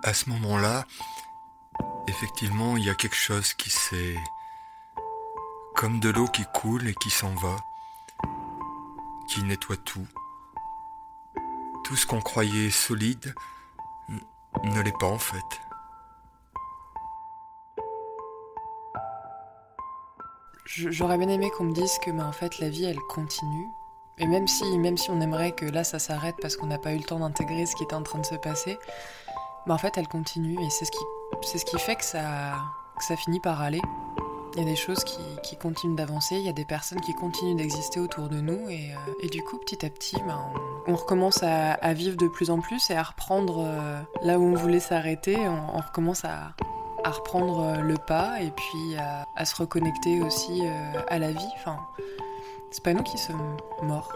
À ce moment-là, effectivement, il y a quelque chose qui s'est... comme de l'eau qui coule et qui s'en va, qui nettoie tout. Tout ce qu'on croyait solide ne l'est pas en fait. J'aurais bien aimé qu'on me dise que en fait la vie elle continue. Et même si on aimerait que là ça s'arrête parce qu'on n'a pas eu le temps d'intégrer ce qui était en train de se passer, en fait elle continue et c'est ce qui fait que ça finit par aller. Il y a des choses qui continuent d'avancer, il y a des personnes qui continuent d'exister autour de nous et du coup petit à petit on recommence à vivre de plus en plus et à reprendre là où on voulait s'arrêter, on recommence à reprendre le pas et puis à se reconnecter aussi à la vie. Enfin, c'est pas nous qui sommes morts.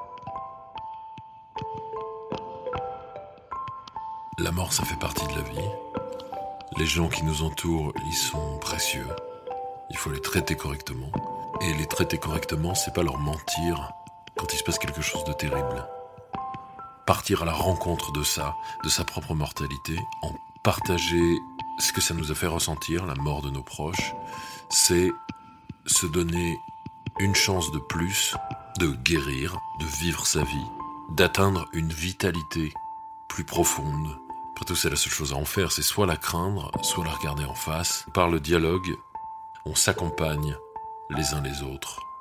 La mort, ça fait partie de la vie. Les gens qui nous entourent, ils sont précieux. Il faut les traiter correctement. Et les traiter correctement, c'est pas leur mentir quand il se passe quelque chose de terrible. Partir à la rencontre de ça, de sa propre mortalité, en partager ce que ça nous a fait ressentir, la mort de nos proches, c'est se donner une chance de plus de guérir, de vivre sa vie, d'atteindre une vitalité plus profonde. Après tout, c'est la seule chose à en faire, c'est soit la craindre, soit la regarder en face. Par le dialogue, on s'accompagne les uns les autres.